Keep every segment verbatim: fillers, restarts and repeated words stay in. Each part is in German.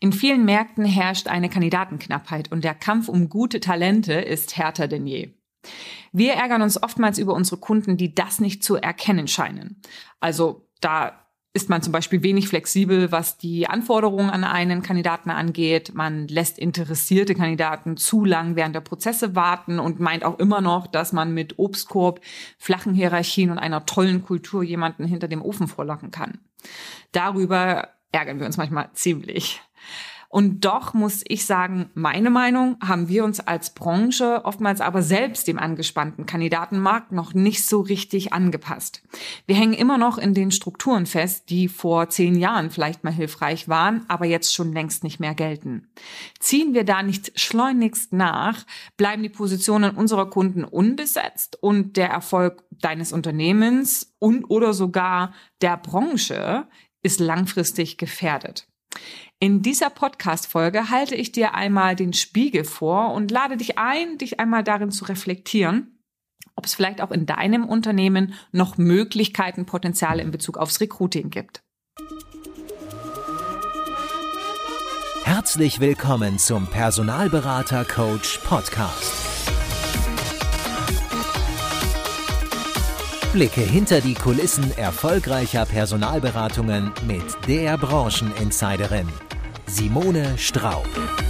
In vielen Märkten herrscht eine Kandidatenknappheit und der Kampf um gute Talente ist härter denn je. Wir ärgern uns oftmals über unsere Kunden, die das nicht zu erkennen scheinen. Also da ist man zum Beispiel wenig flexibel, was die Anforderungen an einen Kandidaten angeht. Man lässt interessierte Kandidaten zu lang während der Prozesse warten und meint auch immer noch, dass man mit Obstkorb, flachen Hierarchien und einer tollen Kultur jemanden hinter dem Ofen vorlocken kann. Darüber ärgern wir uns manchmal ziemlich. Und doch muss ich sagen, meine Meinung, haben wir uns als Branche oftmals aber selbst dem angespannten Kandidatenmarkt noch nicht so richtig angepasst. Wir hängen immer noch in den Strukturen fest, die vor zehn Jahren vielleicht mal hilfreich waren, aber jetzt schon längst nicht mehr gelten. Ziehen wir da nicht schleunigst nach, bleiben die Positionen unserer Kunden unbesetzt und der Erfolg deines Unternehmens und oder sogar der Branche ist langfristig gefährdet. In dieser Podcast-Folge halte ich dir einmal den Spiegel vor und lade dich ein, dich einmal darin zu reflektieren, ob es vielleicht auch in deinem Unternehmen noch Möglichkeiten, Potenziale in Bezug aufs Recruiting gibt. Herzlich willkommen zum Personalberater Coach Podcast. Blicke hinter die Kulissen erfolgreicher Personalberatungen mit der Brancheninsiderin Simone Straub.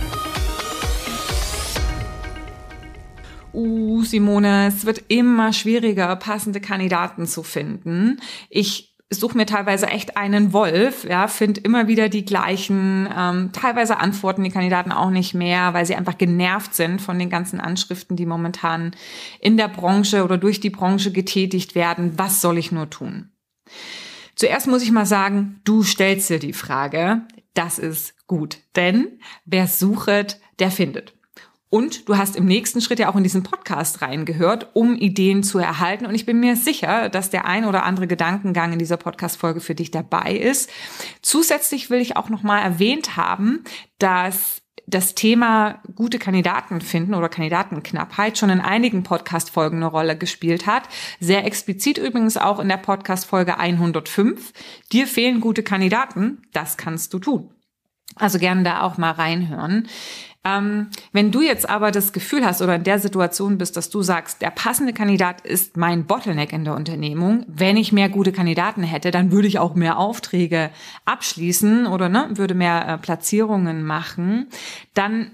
Uh, Simone, es wird immer schwieriger, passende Kandidaten zu finden. Ich suche mir teilweise echt einen Wolf, ja, finde immer wieder die gleichen, ähm, teilweise antworten die Kandidaten auch nicht mehr, weil sie einfach genervt sind von den ganzen Anschriften, die momentan in der Branche oder durch die Branche getätigt werden. Was soll ich nur tun? Zuerst muss ich mal sagen, du stellst dir die Frage, das ist gut, denn wer sucht, der findet. Und du hast im nächsten Schritt ja auch in diesen Podcast reingehört, um Ideen zu erhalten. Und ich bin mir sicher, dass der ein oder andere Gedankengang in dieser Podcast-Folge für dich dabei ist. Zusätzlich will ich auch nochmal erwähnt haben, dass das Thema gute Kandidaten finden oder Kandidatenknappheit schon in einigen Podcast-Folgen eine Rolle gespielt hat. Sehr explizit übrigens auch in der Podcast-Folge hundertfünf. Dir fehlen gute Kandidaten, das kannst du tun. Also gerne da auch mal reinhören. Ähm, wenn du jetzt aber das Gefühl hast oder in der Situation bist, dass du sagst, der passende Kandidat ist mein Bottleneck in der Unternehmung, wenn ich mehr gute Kandidaten hätte, dann würde ich auch mehr Aufträge abschließen oder ne, würde mehr äh, Platzierungen machen, dann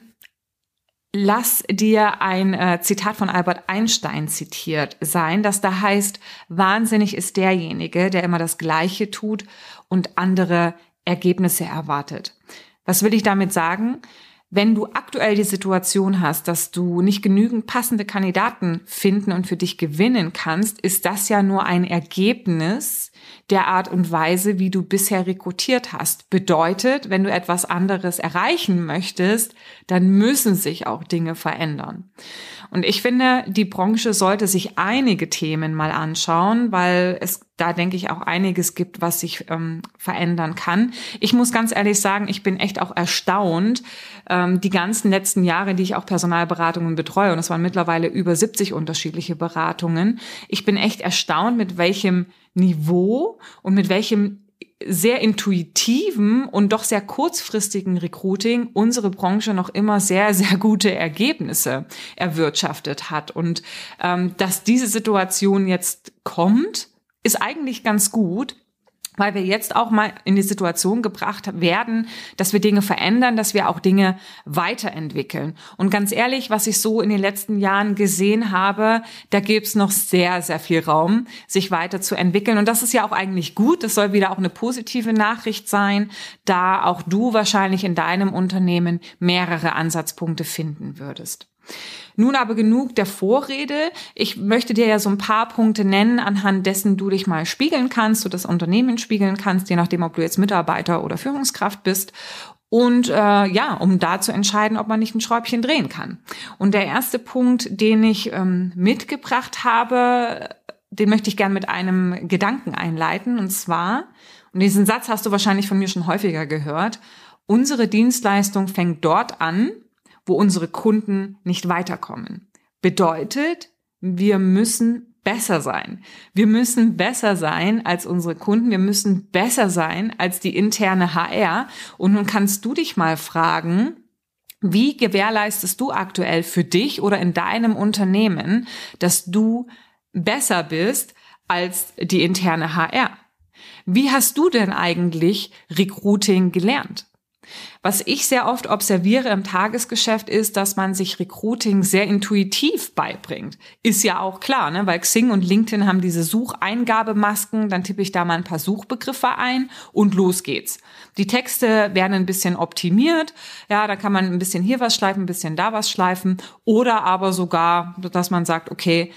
lass dir ein äh, Zitat von Albert Einstein zitiert sein, das da heißt, wahnsinnig ist derjenige, der immer das Gleiche tut und andere Ergebnisse erwartet. Was will ich damit sagen? Wenn du aktuell die Situation hast, dass du nicht genügend passende Kandidaten finden und für dich gewinnen kannst, ist das ja nur ein Ergebnis der Art und Weise, wie du bisher rekrutiert hast. Bedeutet, wenn du etwas anderes erreichen möchtest, dann müssen sich auch Dinge verändern. Und ich finde, die Branche sollte sich einige Themen mal anschauen, weil es da, denke ich, auch einiges gibt, was sich ähm, verändern kann. Ich muss ganz ehrlich sagen, ich bin echt auch erstaunt, ähm, die ganzen letzten Jahre, die ich auch Personalberatungen betreue, und es waren mittlerweile über siebzig unterschiedliche Beratungen. Ich bin echt erstaunt, mit welchem Niveau und mit welchem sehr intuitiven und doch sehr kurzfristigen Recruiting unsere Branche noch immer sehr, sehr gute Ergebnisse erwirtschaftet hat. Und ähm, dass diese Situation jetzt kommt, ist eigentlich ganz gut, weil wir jetzt auch mal in die Situation gebracht werden, dass wir Dinge verändern, dass wir auch Dinge weiterentwickeln. Und ganz ehrlich, was ich so in den letzten Jahren gesehen habe, da gibt es noch sehr, sehr viel Raum, sich weiterzuentwickeln. Und das ist ja auch eigentlich gut. Das soll wieder auch eine positive Nachricht sein, da auch du wahrscheinlich in deinem Unternehmen mehrere Ansatzpunkte finden würdest. Nun aber genug der Vorrede. Ich möchte dir ja so ein paar Punkte nennen, anhand dessen du dich mal spiegeln kannst, du das Unternehmen spiegeln kannst, je nachdem, ob du jetzt Mitarbeiter oder Führungskraft bist. Und äh, ja, um da zu entscheiden, ob man nicht ein Schräubchen drehen kann. Und der erste Punkt, den ich ähm, mitgebracht habe, den möchte ich gern mit einem Gedanken einleiten. Und zwar, und diesen Satz hast du wahrscheinlich von mir schon häufiger gehört, unsere Dienstleistung fängt dort an, wo unsere Kunden nicht weiterkommen. Bedeutet, wir müssen besser sein. Wir müssen besser sein als unsere Kunden. Wir müssen besser sein als die interne H R. Und nun kannst du dich mal fragen, wie gewährleistest du aktuell für dich oder in deinem Unternehmen, dass du besser bist als die interne H R? Wie hast du denn eigentlich Recruiting gelernt? Was ich sehr oft observiere im Tagesgeschäft ist, dass man sich Recruiting sehr intuitiv beibringt. Ist ja auch klar, ne? Weil Xing und LinkedIn haben diese Sucheingabemasken, dann tippe ich da mal ein paar Suchbegriffe ein und los geht's. Die Texte werden ein bisschen optimiert, ja, da kann man ein bisschen hier was schleifen, ein bisschen da was schleifen oder aber sogar, dass man sagt, okay,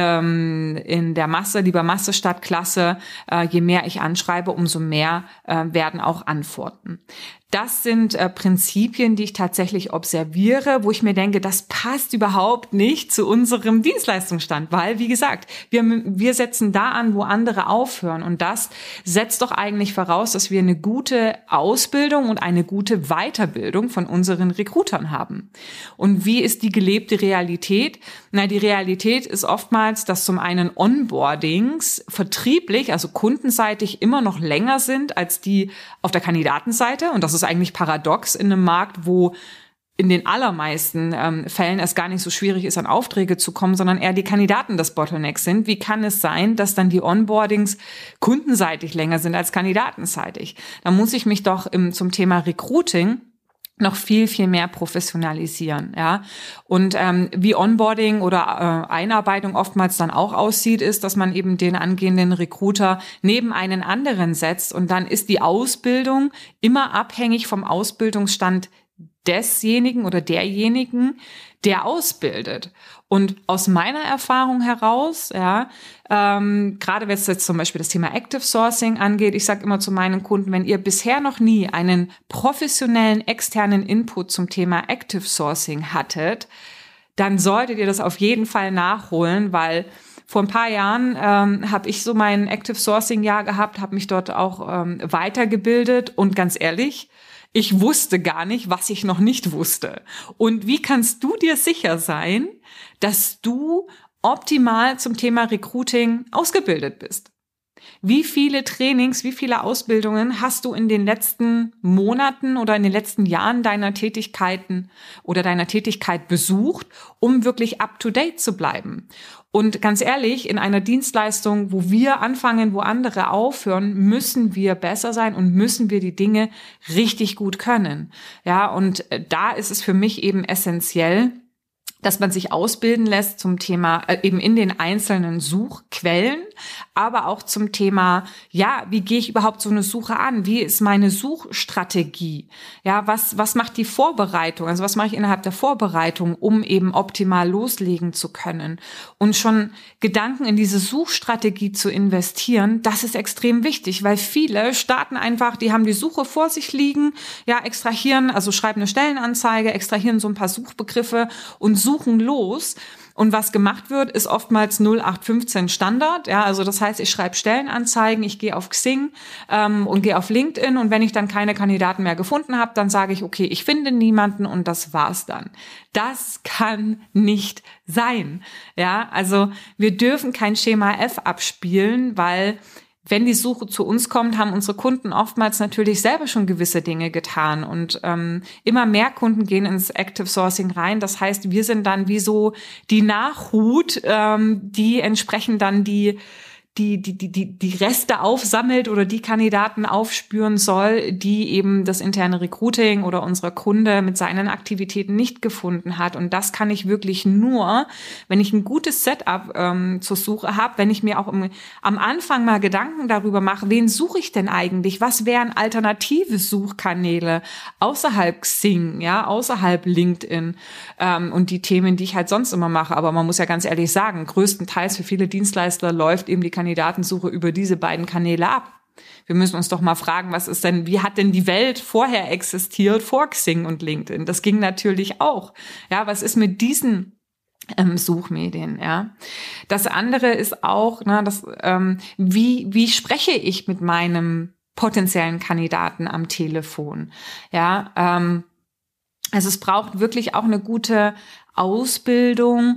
ähm, in der Masse, lieber Masse statt Klasse, äh, je mehr ich anschreibe, umso mehr äh, werden auch Antworten. Das sind äh, Prinzipien, die ich tatsächlich observiere, wo ich mir denke, das passt überhaupt nicht zu unserem Dienstleistungsstand, weil, wie gesagt, wir, wir setzen da an, wo andere aufhören und das setzt doch eigentlich voraus, dass wir eine gute Ausbildung und eine gute Weiterbildung von unseren Recruitern haben. Und wie ist die gelebte Realität? Na, die Realität ist oftmals, dass zum einen Onboardings vertrieblich, also kundenseitig immer noch länger sind als die auf der Kandidatenseite und das ist eigentlich paradox in einem Markt, wo in den allermeisten ähm, Fällen es gar nicht so schwierig ist, an Aufträge zu kommen, sondern eher die Kandidaten das Bottleneck sind. Wie kann es sein, dass dann die Onboardings kundenseitig länger sind als kandidatenseitig? Da muss ich mich doch im, zum Thema Recruiting noch viel, viel mehr professionalisieren, ja. Und ähm, wie Onboarding oder äh, Einarbeitung oftmals dann auch aussieht, ist, dass man eben den angehenden Recruiter neben einen anderen setzt und dann ist die Ausbildung immer abhängig vom Ausbildungsstand desjenigen oder derjenigen, der ausbildet. Und aus meiner Erfahrung heraus, ja, ähm, gerade wenn es jetzt zum Beispiel das Thema Active Sourcing angeht, ich sage immer zu meinen Kunden, wenn ihr bisher noch nie einen professionellen externen Input zum Thema Active Sourcing hattet, dann solltet ihr das auf jeden Fall nachholen, weil vor ein paar Jahren ähm, habe ich so mein Active Sourcing Jahr gehabt, habe mich dort auch ähm, weitergebildet und ganz ehrlich, ich wusste gar nicht, was ich noch nicht wusste. Und wie kannst du dir sicher sein, dass du optimal zum Thema Recruiting ausgebildet bist? Wie viele Trainings, wie viele Ausbildungen hast du in den letzten Monaten oder in den letzten Jahren deiner Tätigkeiten oder deiner Tätigkeit besucht, um wirklich up-to-date zu bleiben? Und ganz ehrlich, in einer Dienstleistung, wo wir anfangen, wo andere aufhören, müssen wir besser sein und müssen wir die Dinge richtig gut können. Ja, und da ist es für mich eben essentiell, dass man sich ausbilden lässt zum Thema äh, eben in den einzelnen Suchquellen, aber auch zum Thema, ja, wie gehe ich überhaupt so eine Suche an? Wie ist meine Suchstrategie? Ja, was was macht die Vorbereitung? Also was mache ich innerhalb der Vorbereitung, um eben optimal loslegen zu können? Und schon Gedanken in diese Suchstrategie zu investieren, das ist extrem wichtig, weil viele starten einfach, die haben die Suche vor sich liegen, ja, extrahieren, also schreiben eine Stellenanzeige, extrahieren so ein paar Suchbegriffe und suchen los. Und was gemacht wird, ist oftmals null acht fünfzehn Standard. Ja, also das heißt, ich schreibe Stellenanzeigen, ich gehe auf Xing ähm, und gehe auf LinkedIn und wenn ich dann keine Kandidaten mehr gefunden habe, dann sage ich, okay, ich finde niemanden und das war's dann. Das kann nicht sein. Ja, also wir dürfen kein Schema F abspielen, weil wenn die Suche zu uns kommt, haben unsere Kunden oftmals natürlich selber schon gewisse Dinge getan und ähm, immer mehr Kunden gehen ins Active Sourcing rein. Das heißt, wir sind dann wie so die Nachhut, ähm, die entsprechend dann die die die die die die Reste aufsammelt oder die Kandidaten aufspüren soll, die eben das interne Recruiting oder unser Kunde mit seinen Aktivitäten nicht gefunden hat. Und das kann ich wirklich nur, wenn ich ein gutes Setup ähm, zur Suche habe, wenn ich mir auch im, am Anfang mal Gedanken darüber mache, wen suche ich denn eigentlich? Was wären alternative Suchkanäle außerhalb Xing, ja, außerhalb LinkedIn ähm, und die Themen, die ich halt sonst immer mache. Aber man muss ja ganz ehrlich sagen, größtenteils für viele Dienstleister läuft eben die Kandidatensuche über diese beiden Kanäle ab. Wir müssen uns doch mal fragen, was ist denn, wie hat denn die Welt vorher existiert, vor Xing und LinkedIn? Das ging natürlich auch. Ja, was ist mit diesen ähm, Suchmedien? Ja, das andere ist auch, ne, das, ähm, wie wie spreche ich mit meinem potenziellen Kandidaten am Telefon? Ja, ähm, also es braucht wirklich auch eine gute Ausbildung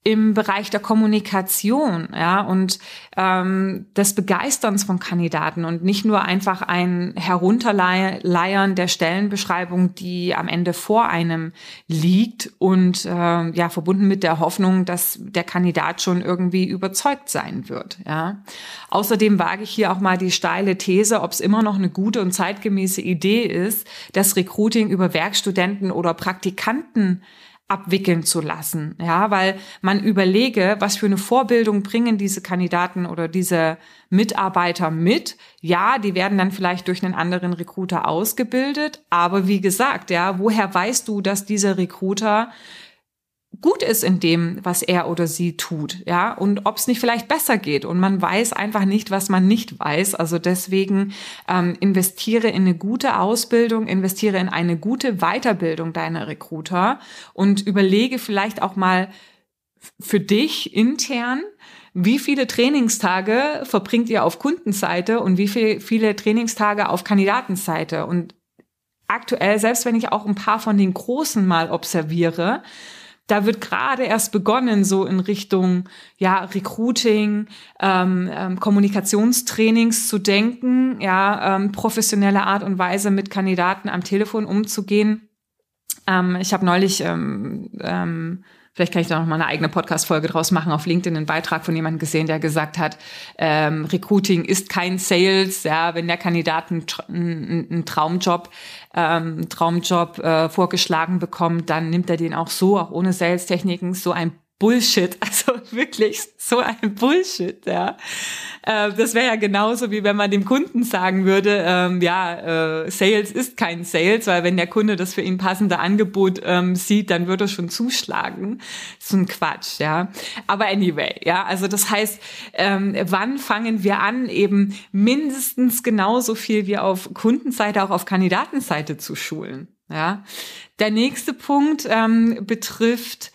im Bereich der Kommunikation, ja, und ähm, des Begeisterns von Kandidaten und nicht nur einfach ein Herunterleiern der Stellenbeschreibung, die am Ende vor einem liegt und äh, ja verbunden mit der Hoffnung, dass der Kandidat schon irgendwie überzeugt sein wird, ja. Außerdem wage ich hier auch mal die steile These, ob es immer noch eine gute und zeitgemäße Idee ist, das Recruiting über Werkstudenten oder Praktikanten abwickeln zu lassen, ja, weil man überlege, was für eine Vorbildung bringen diese Kandidaten oder diese Mitarbeiter mit. Ja, die werden dann vielleicht durch einen anderen Recruiter ausgebildet, aber wie gesagt, ja, woher weißt du, dass dieser Recruiter gut ist in dem, was er oder sie tut, ja, und ob es nicht vielleicht besser geht und man weiß einfach nicht, was man nicht weiß, also deswegen ähm, investiere in eine gute Ausbildung, investiere in eine gute Weiterbildung deiner Recruiter und überlege vielleicht auch mal für dich intern, wie viele Trainingstage verbringt ihr auf Kundenseite und wie viel, viele Trainingstage auf Kandidatenseite und aktuell, selbst wenn ich auch ein paar von den Großen mal observiere, da wird gerade erst begonnen, so in Richtung ja Recruiting, ähm, ähm, Kommunikationstrainings zu denken, ja ähm, professionelle Art und Weise mit Kandidaten am Telefon umzugehen. Ähm, ich habe neulich ähm, ähm, Vielleicht kann ich da noch mal eine eigene Podcast-Folge draus machen, auf LinkedIn einen Beitrag von jemandem gesehen, der gesagt hat, ähm, Recruiting ist kein Sales, ja, wenn der Kandidat einen, einen, einen Traumjob, ähm, einen Traumjob äh, vorgeschlagen bekommt, dann nimmt er den auch so, auch ohne Sales-Techniken, so ein Bullshit, also wirklich so ein Bullshit, ja. Äh, das wäre ja genauso, wie wenn man dem Kunden sagen würde, ähm, ja, äh, Sales ist kein Sales, weil wenn der Kunde das für ihn passende Angebot ähm, sieht, dann wird er schon zuschlagen. So ein Quatsch, ja. Aber anyway, ja, also das heißt, ähm, wann fangen wir an, eben mindestens genauso viel wie auf Kundenseite auch auf Kandidatenseite zu schulen, ja. Der nächste Punkt ähm, betrifft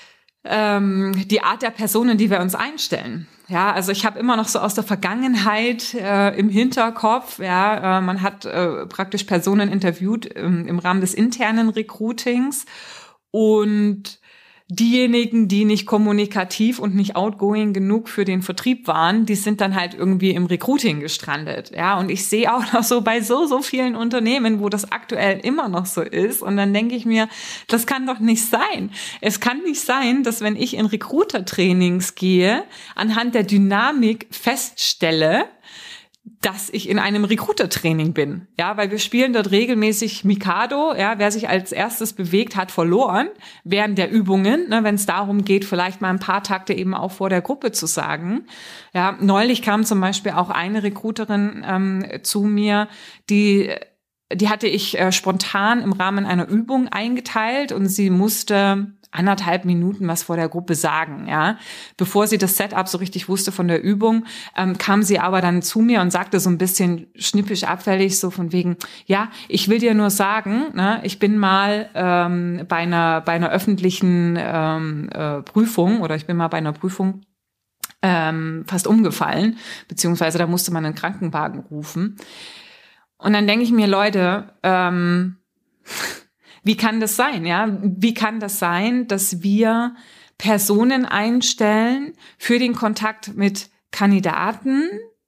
ähm, die Art der Personen, die wir uns einstellen. Ja, also ich habe immer noch so aus der Vergangenheit äh, im Hinterkopf, ja, äh, man hat äh, praktisch Personen interviewt ähm, im Rahmen des internen Recruitings und diejenigen, die nicht kommunikativ und nicht outgoing genug für den Vertrieb waren, die sind dann halt irgendwie im Recruiting gestrandet. Ja, und ich sehe auch noch so bei so, so vielen Unternehmen, wo das aktuell immer noch so ist. Und dann denke ich mir, das kann doch nicht sein. Es kann nicht sein, dass wenn ich in Recruiter-Trainings gehe, anhand der Dynamik feststelle, dass ich in einem Recruiter-Training bin, ja, weil wir spielen dort regelmäßig Mikado, ja, wer sich als erstes bewegt, hat verloren während der Übungen, ne, wenn es darum geht, vielleicht mal ein paar Takte eben auch vor der Gruppe zu sagen. Ja, neulich kam zum Beispiel auch eine Recruiterin ähm, zu mir, die die hatte ich äh, spontan im Rahmen einer Übung eingeteilt und sie musste anderthalb Minuten was vor der Gruppe sagen, ja. Bevor sie das Setup so richtig wusste von der Übung, ähm, kam sie aber dann zu mir und sagte so ein bisschen schnippisch abfällig, so von wegen, ja, ich will dir nur sagen, ne, ich bin mal ähm, bei einer bei einer öffentlichen ähm, äh, Prüfung oder ich bin mal bei einer Prüfung ähm, fast umgefallen, beziehungsweise da musste man einen Krankenwagen rufen. Und dann denke ich mir, Leute, ähm, wie kann das sein, ja? Wie kann das sein, dass wir Personen einstellen für den Kontakt mit Kandidaten,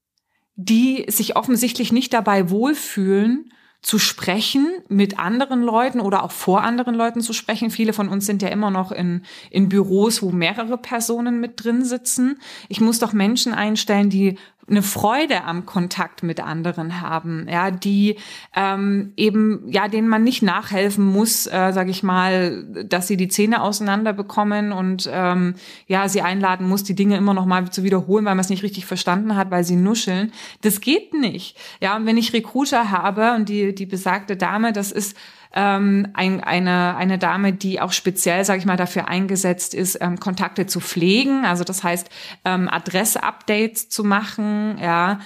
die sich offensichtlich nicht dabei wohlfühlen, zu sprechen mit anderen Leuten oder auch vor anderen Leuten zu sprechen. Viele von uns sind ja immer noch in, in Büros, wo mehrere Personen mit drin sitzen. Ich muss doch Menschen einstellen, die eine Freude am Kontakt mit anderen haben, ja, die ähm, eben, ja, denen man nicht nachhelfen muss, äh, sage ich mal, dass sie die Zähne auseinander bekommen und ähm, ja, sie einladen muss, die Dinge immer noch mal zu wiederholen, weil man es nicht richtig verstanden hat, weil sie nuscheln. Das geht nicht. Ja, und wenn ich Recruiter habe und die die besagte Dame, das ist ähm, ein, eine eine Dame, die auch speziell, sage ich mal, dafür eingesetzt ist, ähm, Kontakte zu pflegen. Also das heißt, ähm, Adresse-Updates zu machen, ja,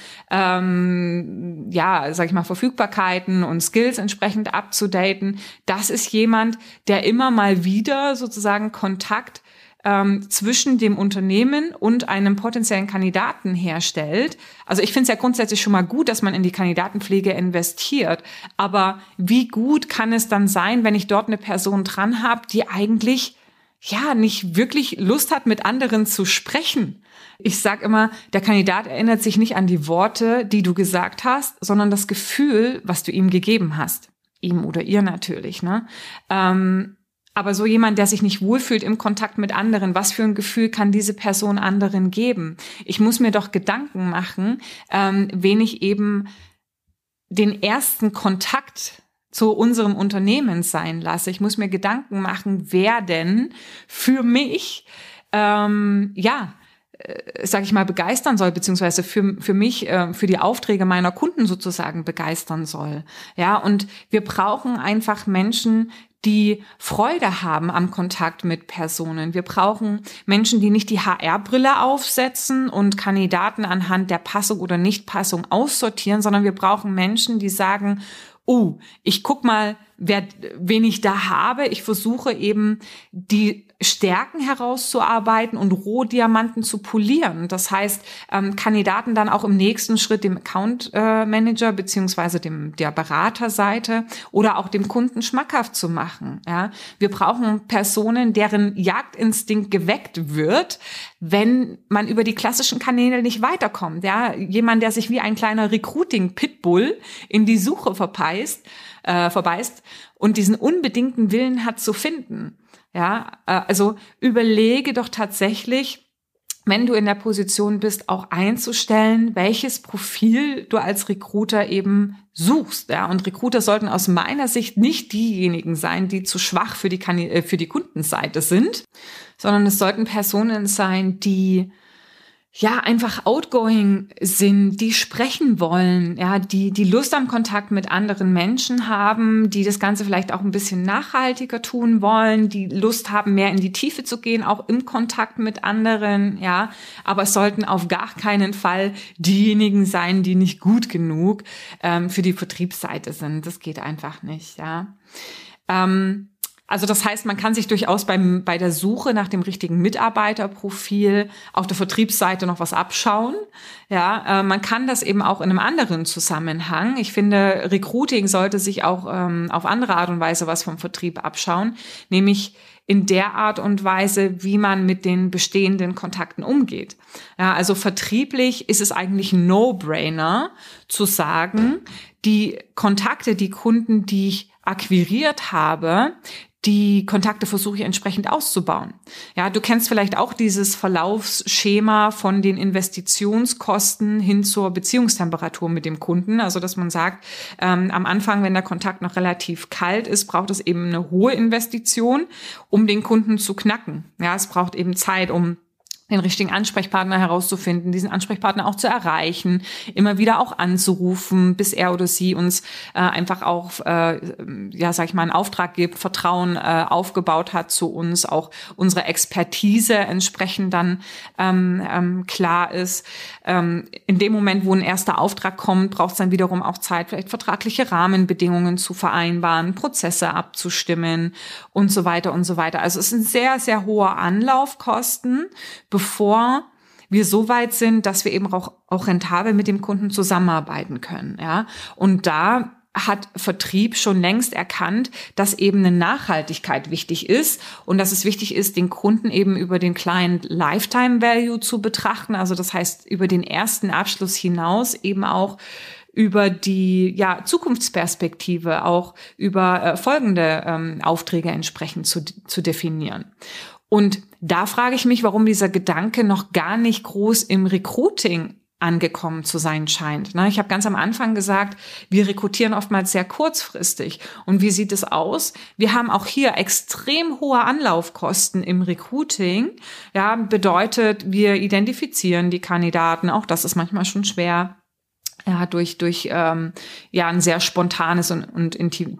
ähm, ja, sage ich mal, Verfügbarkeiten und Skills entsprechend abzudaten. Das ist jemand, der immer mal wieder sozusagen Kontakt ähm, zwischen dem Unternehmen und einem potenziellen Kandidaten herstellt. Also ich finde es ja grundsätzlich schon mal gut, dass man in die Kandidatenpflege investiert. Aber wie gut kann es dann sein, wenn ich dort eine Person dran habe, die eigentlich ja, nicht wirklich Lust hat, mit anderen zu sprechen. Ich sage immer, der Kandidat erinnert sich nicht an die Worte, die du gesagt hast, sondern das Gefühl, was du ihm gegeben hast. Ihm oder ihr natürlich, ne? Ähm, aber so jemand, der sich nicht wohlfühlt im Kontakt mit anderen, was für ein Gefühl kann diese Person anderen geben? Ich muss mir doch Gedanken machen, ähm, wen ich eben den ersten Kontakt zu unserem Unternehmen sein lasse. Ich muss mir Gedanken machen, wer denn für mich, ähm, ja, äh, sag ich mal, begeistern soll, beziehungsweise für, für mich, äh, für die Aufträge meiner Kunden sozusagen begeistern soll. Ja, und wir brauchen einfach Menschen, die Freude haben am Kontakt mit Personen. Wir brauchen Menschen, die nicht die H R-Brille aufsetzen und Kandidaten anhand der Passung oder Nichtpassung aussortieren, sondern wir brauchen Menschen, die sagen, oh, ich guck mal, wer, wen ich da habe. Ich versuche eben, die Stärken herauszuarbeiten und Rohdiamanten zu polieren. Das heißt, ähm, Kandidaten dann auch im nächsten Schritt dem Account äh, Manager beziehungsweise dem der Beraterseite oder auch dem Kunden schmackhaft zu machen. Ja, wir brauchen Personen, deren Jagdinstinkt geweckt wird, wenn man über die klassischen Kanäle nicht weiterkommt. Ja, jemand, der sich wie ein kleiner Recruiting-Pitbull in die Suche verpeist, äh, verbeißt und diesen unbedingten Willen hat zu finden. Ja, also überlege doch tatsächlich, wenn du in der Position bist, auch einzustellen, welches Profil du als Recruiter eben suchst. Ja, und Recruiter sollten aus meiner Sicht nicht diejenigen sein, die zu schwach für die, kan- für die Kundenseite sind, sondern es sollten Personen sein, die ja einfach outgoing sind, die sprechen wollen, ja, die die Lust am Kontakt mit anderen Menschen haben, die das Ganze vielleicht auch ein bisschen nachhaltiger tun wollen, die Lust haben, mehr in die Tiefe zu gehen, auch im Kontakt mit anderen, ja, aber es sollten auf gar keinen Fall diejenigen sein, die nicht gut genug ähm, für die Vertriebsseite sind. Das geht einfach nicht, ja. Ähm, Also das heißt, man kann sich durchaus beim, bei der Suche nach dem richtigen Mitarbeiterprofil auf der Vertriebsseite noch was abschauen. Ja, äh, man kann das eben auch in einem anderen Zusammenhang. Ich finde, Recruiting sollte sich auch ähm, auf andere Art und Weise was vom Vertrieb abschauen, nämlich in der Art und Weise, wie man mit den bestehenden Kontakten umgeht. Ja, also vertrieblich ist es eigentlich ein No-Brainer zu sagen, die Kontakte, die Kunden, die ich akquiriert habe, die Kontakte versuche ich entsprechend auszubauen. Ja, du kennst vielleicht auch dieses Verlaufsschema von den Investitionskosten hin zur Beziehungstemperatur mit dem Kunden. Also, dass man sagt, ähm, am Anfang, wenn der Kontakt noch relativ kalt ist, braucht es eben eine hohe Investition, um den Kunden zu knacken. Ja, es braucht eben Zeit, um den richtigen Ansprechpartner herauszufinden, diesen Ansprechpartner auch zu erreichen, immer wieder auch anzurufen, bis er oder sie uns äh, einfach auch, äh, ja, sag ich mal, einen Auftrag gibt, Vertrauen äh, aufgebaut hat zu uns, auch unsere Expertise entsprechend dann ähm, ähm, klar ist. Ähm, in dem Moment, wo ein erster Auftrag kommt, braucht es dann wiederum auch Zeit, vielleicht vertragliche Rahmenbedingungen zu vereinbaren, Prozesse abzustimmen und so weiter und so weiter. Also es sind sehr, sehr hohe Anlaufkosten, bevor wir so weit sind, dass wir eben auch, auch rentabel mit dem Kunden zusammenarbeiten können, ja. Und da hat Vertrieb schon längst erkannt, dass eben eine Nachhaltigkeit wichtig ist und dass es wichtig ist, den Kunden eben über den Client Lifetime Value zu betrachten. Also das heißt, über den ersten Abschluss hinaus eben auch über die ja Zukunftsperspektive, auch über äh, folgende ähm, Aufträge entsprechend zu, zu definieren. Und da frage ich mich, warum dieser Gedanke noch gar nicht groß im Recruiting angekommen zu sein scheint. Ich habe ganz am Anfang gesagt, wir rekrutieren oftmals sehr kurzfristig. Und wie sieht es aus? Wir haben auch hier extrem hohe Anlaufkosten im Recruiting. Ja, bedeutet, wir identifizieren die Kandidaten. Auch das ist manchmal schon schwer. Ja, durch durch ähm, ja ein sehr spontanes und, und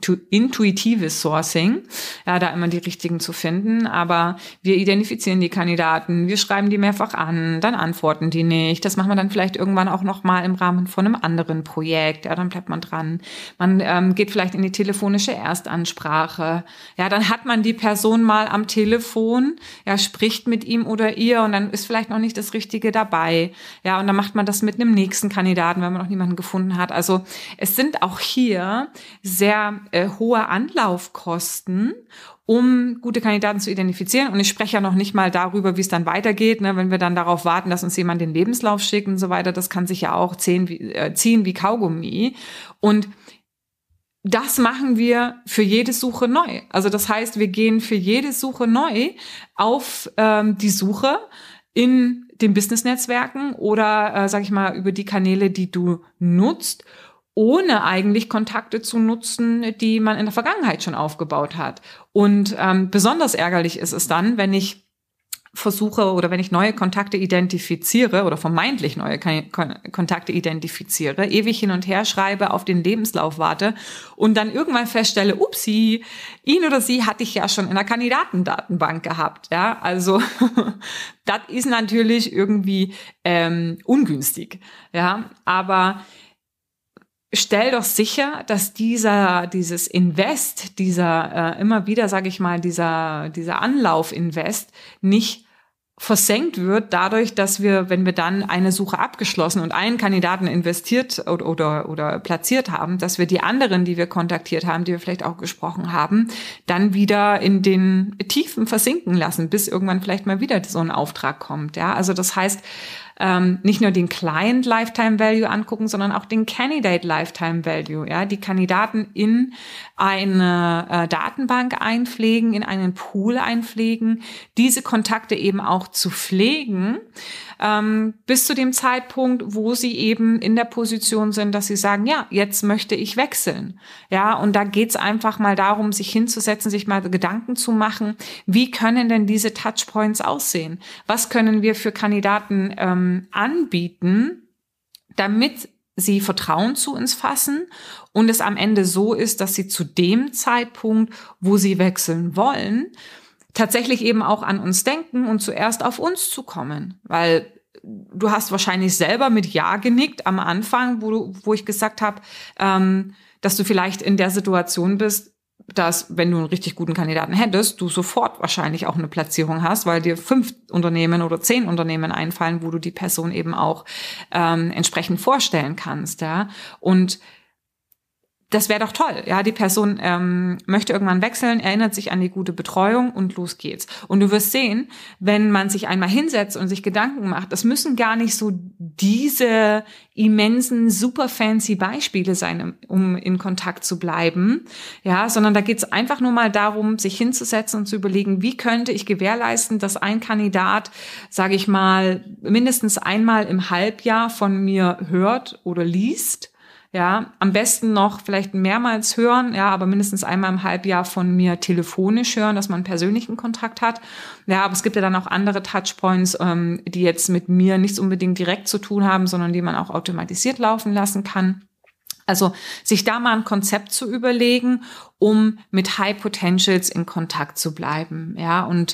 intuitives Sourcing, ja, da immer die richtigen zu finden. Aber wir identifizieren die Kandidaten, wir schreiben die mehrfach an, dann antworten die nicht. Das machen wir dann vielleicht irgendwann auch noch mal im Rahmen von einem anderen Projekt. Ja, dann bleibt man dran. Man ähm, geht vielleicht in die telefonische Erstansprache. Ja, dann hat man die Person mal am Telefon, ja, spricht mit ihm oder ihr und dann ist vielleicht noch nicht das Richtige dabei. Ja, und dann macht man das mit einem nächsten Kandidaten, wenn man noch niemanden gefunden hat. Also es sind auch hier sehr äh, hohe Anlaufkosten, um gute Kandidaten zu identifizieren. Und ich spreche ja noch nicht mal darüber, wie es dann weitergeht, ne, wenn wir dann darauf warten, dass uns jemand den Lebenslauf schickt und so weiter. Das kann sich ja auch ziehen wie, äh, ziehen wie Kaugummi. Und das machen wir für jede Suche neu. Also das heißt, wir gehen für jede Suche neu auf ähm, die Suche in den Business-Netzwerken oder, äh, sag ich mal, über die Kanäle, die du nutzt, ohne eigentlich Kontakte zu nutzen, die man in der Vergangenheit schon aufgebaut hat. Und ähm, besonders ärgerlich ist es dann, wenn ich versuche oder wenn ich neue Kontakte identifiziere oder vermeintlich neue Kontakte identifiziere, ewig hin und her schreibe, auf den Lebenslauf warte und dann irgendwann feststelle, upsie, ihn oder sie hatte ich ja schon in der Kandidatendatenbank gehabt. Ja, also das ist natürlich irgendwie ähm, ungünstig. Ja, aber stell doch sicher, dass dieser, dieses Invest, dieser äh, immer wieder, sage ich mal, dieser, dieser Anlauf-Invest nicht versenkt wird dadurch, dass wir, wenn wir dann eine Suche abgeschlossen und einen Kandidaten investiert oder, oder, oder platziert haben, dass wir die anderen, die wir kontaktiert haben, die wir vielleicht auch gesprochen haben, dann wieder in den Tiefen versinken lassen, bis irgendwann vielleicht mal wieder so ein Auftrag kommt. Ja, also das heißt, Ähm, nicht nur den Client Lifetime Value angucken, sondern auch den Candidate Lifetime Value, ja, die Kandidaten in eine äh, Datenbank einpflegen, in einen Pool einpflegen, diese Kontakte eben auch zu pflegen, ähm, bis zu dem Zeitpunkt, wo sie eben in der Position sind, dass sie sagen, ja, jetzt möchte ich wechseln, ja, und da geht's einfach mal darum, sich hinzusetzen, sich mal Gedanken zu machen, wie können denn diese Touchpoints aussehen? Was können wir für Kandidaten ähm, anbieten, damit sie Vertrauen zu uns fassen und es am Ende so ist, dass sie zu dem Zeitpunkt, wo sie wechseln wollen, tatsächlich eben auch an uns denken und zuerst auf uns zu kommen. Weil du hast wahrscheinlich selber mit Ja genickt am Anfang, wo, du, wo ich gesagt habe, ähm, dass du vielleicht in der Situation bist, dass, wenn du einen richtig guten Kandidaten hättest, du sofort wahrscheinlich auch eine Platzierung hast, weil dir fünf Unternehmen oder zehn Unternehmen einfallen, wo du die Person eben auch ähm, entsprechend vorstellen kannst, ja. Und das wäre doch toll, ja, die Person ähm, möchte irgendwann wechseln, erinnert sich an die gute Betreuung und los geht's. Und du wirst sehen, wenn man sich einmal hinsetzt und sich Gedanken macht, das müssen gar nicht so diese immensen, super fancy Beispiele sein, um in Kontakt zu bleiben, ja, sondern da geht's einfach nur mal darum, sich hinzusetzen und zu überlegen, wie könnte ich gewährleisten, dass ein Kandidat, sage ich mal, mindestens einmal im Halbjahr von mir hört oder liest. Ja, am besten noch vielleicht mehrmals hören, ja, aber mindestens einmal im Halbjahr von mir telefonisch hören, dass man einen persönlichen Kontakt hat. Ja, aber es gibt ja dann auch andere Touchpoints, ähm, die jetzt mit mir nichts unbedingt direkt zu tun haben, sondern die man auch automatisiert laufen lassen kann. Also sich da mal ein Konzept zu überlegen, um mit High Potentials in Kontakt zu bleiben, ja, und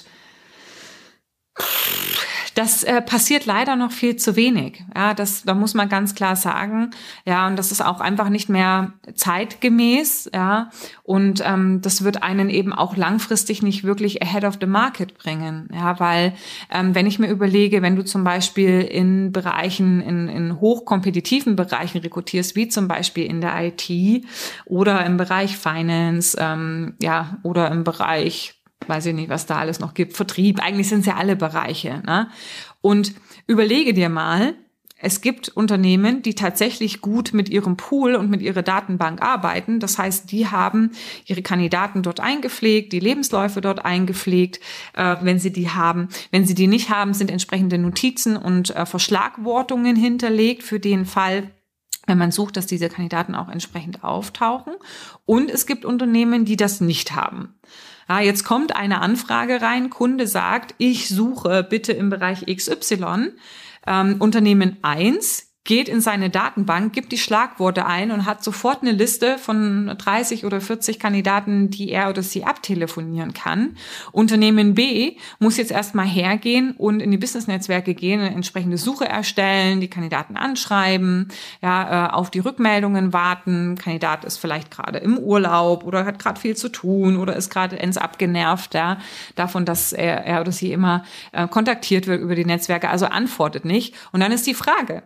das äh, passiert leider noch viel zu wenig. Ja, das, da muss man ganz klar sagen. Ja, und das ist auch einfach nicht mehr zeitgemäß. Ja, und ähm, das wird einen eben auch langfristig nicht wirklich ahead of the market bringen. Ja, weil ähm, wenn ich mir überlege, wenn du zum Beispiel in Bereichen, in, in hochkompetitiven Bereichen rekrutierst, wie zum Beispiel in der I T oder im Bereich Finance, ähm, ja, oder im Bereich, weiß ich nicht, was da alles noch gibt, Vertrieb, eigentlich sind es ja alle Bereiche, ne? Und überlege dir mal, es gibt Unternehmen, die tatsächlich gut mit ihrem Pool und mit ihrer Datenbank arbeiten. Das heißt, die haben ihre Kandidaten dort eingepflegt, die Lebensläufe dort eingepflegt, äh, wenn sie die haben. Wenn sie die nicht haben, sind entsprechende Notizen und äh, Verschlagwortungen hinterlegt für den Fall, wenn man sucht, dass diese Kandidaten auch entsprechend auftauchen. Und es gibt Unternehmen, die das nicht haben. Ja, jetzt kommt eine Anfrage rein, Kunde sagt, ich suche bitte im Bereich X Y, ähm, Unternehmen eins, geht in seine Datenbank, gibt die Schlagworte ein und hat sofort eine Liste von dreißig oder vierzig Kandidaten, die er oder sie abtelefonieren kann. Unternehmen B muss jetzt erstmal hergehen und in die Business-Netzwerke gehen, eine entsprechende Suche erstellen, die Kandidaten anschreiben, ja, auf die Rückmeldungen warten. Kandidat ist vielleicht gerade im Urlaub oder hat gerade viel zu tun oder ist gerade ends abgenervt, ja, davon, dass er, er oder sie immer äh, kontaktiert wird über die Netzwerke, also antwortet nicht. Und dann ist die Frage, welche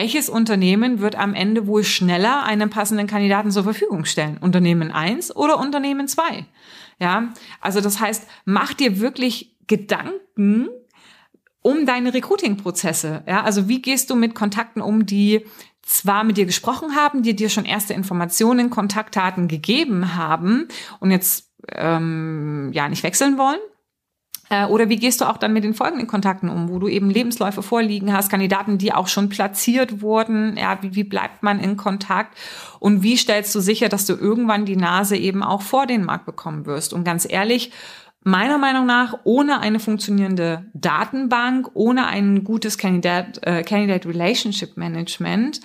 welches Unternehmen wird am Ende wohl schneller einen passenden Kandidaten zur Verfügung stellen? Unternehmen eins oder Unternehmen zwei? Ja, also das heißt, mach dir wirklich Gedanken um deine Recruiting-Prozesse. Ja, also wie gehst du mit Kontakten um, die zwar mit dir gesprochen haben, die dir schon erste Informationen, Kontaktdaten gegeben haben und jetzt ähm, ja nicht wechseln wollen? Äh, oder wie gehst du auch dann mit den folgenden Kontakten um, wo du eben Lebensläufe vorliegen hast, Kandidaten, die auch schon platziert wurden? Ja, wie, wie bleibt man in Kontakt? Und wie stellst du sicher, dass du irgendwann die Nase eben auch vor den Markt bekommen wirst? Und ganz ehrlich, meiner Meinung nach, ohne eine funktionierende Datenbank, ohne ein gutes Candidate, äh, Candidate Relationship Management,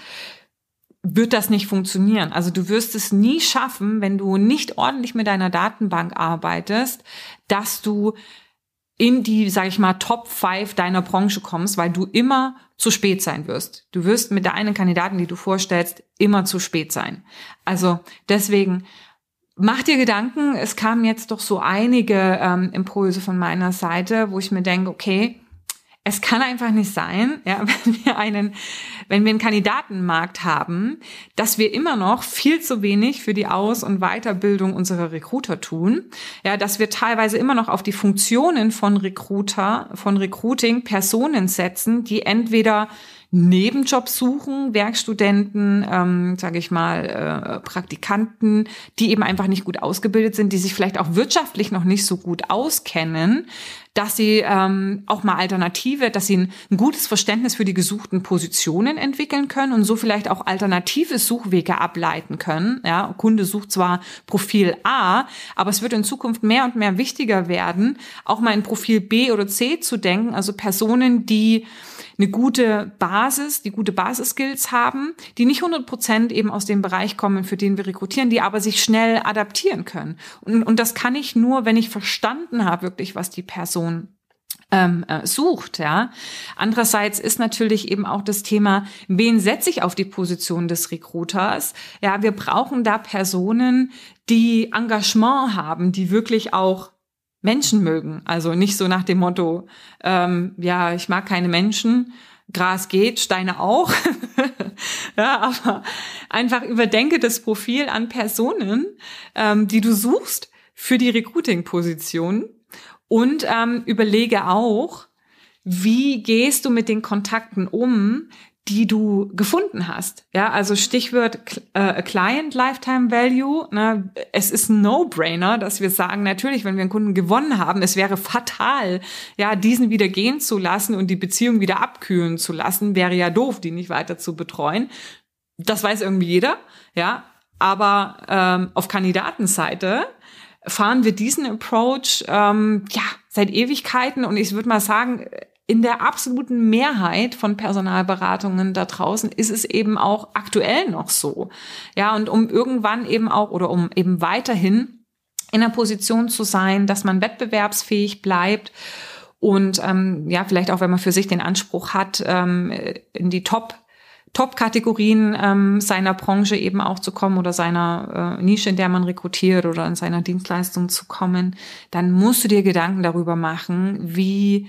wird das nicht funktionieren. Also du wirst es nie schaffen, wenn du nicht ordentlich mit deiner Datenbank arbeitest, dass du in die, sage ich mal, Top fünf deiner Branche kommst, weil du immer zu spät sein wirst. Du wirst mit der einen Kandidaten, die du vorstellst, immer zu spät sein. Also deswegen, mach dir Gedanken, es kamen jetzt doch so einige ähm, Impulse von meiner Seite, wo ich mir denke, okay, es kann einfach nicht sein, ja, wenn wir einen, wenn wir einen Kandidatenmarkt haben, dass wir immer noch viel zu wenig für die Aus- und Weiterbildung unserer Recruiter tun, ja, dass wir teilweise immer noch auf die Funktionen von Recruiter, von Recruiting Personen setzen, die entweder Nebenjobs suchen, Werkstudenten, ähm, sage ich mal, äh, Praktikanten, die eben einfach nicht gut ausgebildet sind, die sich vielleicht auch wirtschaftlich noch nicht so gut auskennen, dass sie ähm, auch mal Alternative, dass sie ein, ein gutes Verständnis für die gesuchten Positionen entwickeln können und so vielleicht auch alternative Suchwege ableiten können. Ja, Kunde sucht zwar Profil A, aber es wird in Zukunft mehr und mehr wichtiger werden, auch mal in Profil B oder C zu denken, also Personen, die eine gute Basis, die gute Basisskills haben, die nicht hundert Prozent eben aus dem Bereich kommen, für den wir rekrutieren, die aber sich schnell adaptieren können. Und, und das kann ich nur, wenn ich verstanden habe, wirklich, was die Person ähm, äh, sucht. Ja. Andererseits ist natürlich eben auch das Thema, wen setze ich auf die Position des Recruiters? Ja, wir brauchen da Personen, die Engagement haben, die wirklich auch Menschen mögen. Also nicht so nach dem Motto, ähm, ja, ich mag keine Menschen, Gras geht, Steine auch. Ja, aber einfach überdenke das Profil an Personen, ähm, die du suchst für die Recruiting-Position und ähm, überlege auch, wie gehst du mit den Kontakten um, die du gefunden hast. Ja, also Stichwort äh, Client Lifetime Value. Ne? Es ist ein No-Brainer, dass wir sagen, natürlich, wenn wir einen Kunden gewonnen haben, es wäre fatal, ja, diesen wieder gehen zu lassen und die Beziehung wieder abkühlen zu lassen, wäre ja doof, die nicht weiter zu betreuen. Das weiß irgendwie jeder, ja. Aber ähm, auf Kandidatenseite fahren wir diesen Approach ähm, ja seit Ewigkeiten und ich würde mal sagen, in der absoluten Mehrheit von Personalberatungen da draußen ist es eben auch aktuell noch so. Ja, und um irgendwann eben auch oder um eben weiterhin in der Position zu sein, dass man wettbewerbsfähig bleibt und ähm, ja, vielleicht auch, wenn man für sich den Anspruch hat, ähm, in die Top Top-Kategorien ähm, seiner Branche eben auch zu kommen oder seiner äh, Nische, in der man rekrutiert oder in seiner Dienstleistung zu kommen, dann musst du dir Gedanken darüber machen, wie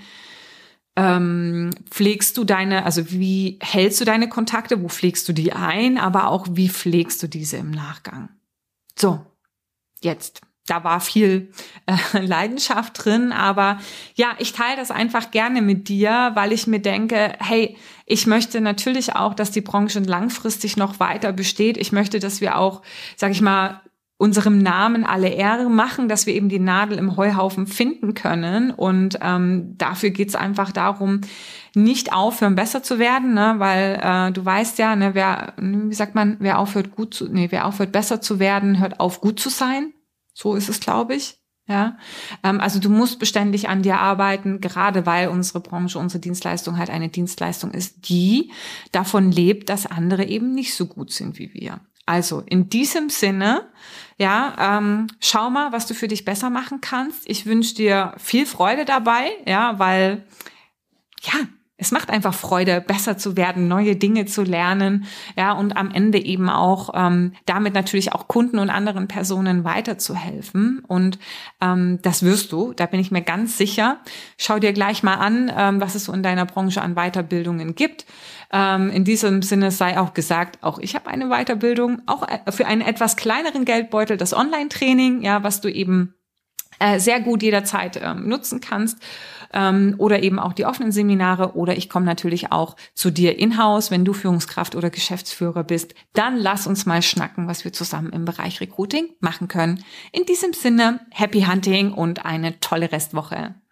Ähm, pflegst du deine, also wie hältst du deine Kontakte, wo pflegst du die ein, aber auch wie pflegst du diese im Nachgang? So, jetzt, da war viel äh, Leidenschaft drin, aber ja, ich teile das einfach gerne mit dir, weil ich mir denke, hey, ich möchte natürlich auch, dass die Branche langfristig noch weiter besteht. Ich möchte, dass wir auch, sag ich mal, unserem Namen alle Ehre machen, dass wir eben die Nadel im Heuhaufen finden können. Und ähm, dafür geht's einfach darum, nicht aufhören, besser zu werden, ne? Weil äh, du weißt ja, ne, wer, wie sagt man, wer aufhört gut zu, nee, wer aufhört besser zu werden, hört auf gut zu sein. So ist es, glaube ich. Ja, ähm, also du musst beständig an dir arbeiten, gerade weil unsere Branche, unsere Dienstleistung halt eine Dienstleistung ist, die davon lebt, dass andere eben nicht so gut sind wie wir. Also in diesem Sinne, ja, ähm, schau mal, was du für dich besser machen kannst. Ich wünsche dir viel Freude dabei, ja, weil, ja, Es macht einfach Freude, besser zu werden, neue Dinge zu lernen, ja, und am Ende eben auch ähm, damit natürlich auch Kunden und anderen Personen weiterzuhelfen. Und ähm, das wirst du, da bin ich mir ganz sicher. Schau dir gleich mal an, ähm, was es so in deiner Branche an Weiterbildungen gibt. Ähm, in diesem Sinne sei auch gesagt, auch ich habe eine Weiterbildung, auch für einen etwas kleineren Geldbeutel, das Online-Training, ja, was du eben äh, sehr gut jederzeit ähm, nutzen kannst. Oder eben auch die offenen Seminare, oder ich komme natürlich auch zu dir in-house, wenn du Führungskraft oder Geschäftsführer bist. Dann lass uns mal schnacken, was wir zusammen im Bereich Recruiting machen können. In diesem Sinne, Happy Hunting und eine tolle Restwoche.